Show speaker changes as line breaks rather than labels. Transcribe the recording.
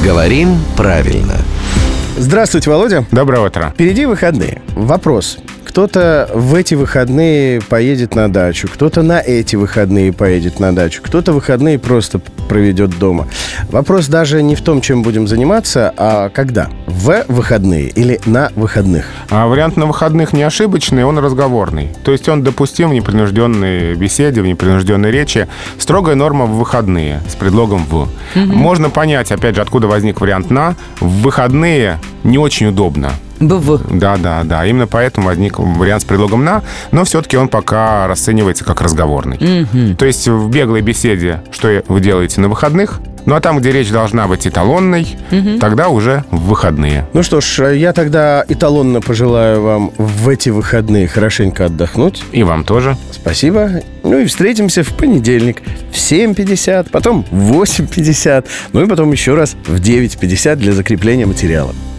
Говорим правильно.
Здравствуйте, Володя.
Доброе утро.
Впереди выходные. Вопрос. Кто-то в эти выходные поедет на дачу, кто-то на эти выходные поедет на дачу, кто-то выходные просто проведет дома. Вопрос даже не в том, чем будем заниматься, а когда. В выходные или на выходных?
Вариант на выходных не ошибочный, он разговорный. То есть он допустим в непринужденной беседе, в непринужденной речи. Строгая норма в выходные с предлогом «в». Можно понять, опять же, откуда возник вариант «на». В выходные не очень удобно. Да. Именно поэтому возник вариант с предлогом «на», но все-таки он пока расценивается как разговорный. То есть в беглой беседе, что вы делаете на выходных, ну а там, где речь должна быть эталонной, тогда уже в выходные.
Ну что ж, я тогда эталонно пожелаю вам в эти выходные хорошенько отдохнуть.
И вам тоже.
Спасибо. Ну и встретимся в понедельник в 7:50, потом в 8:50, ну и потом еще раз в 9:50 для закрепления материала.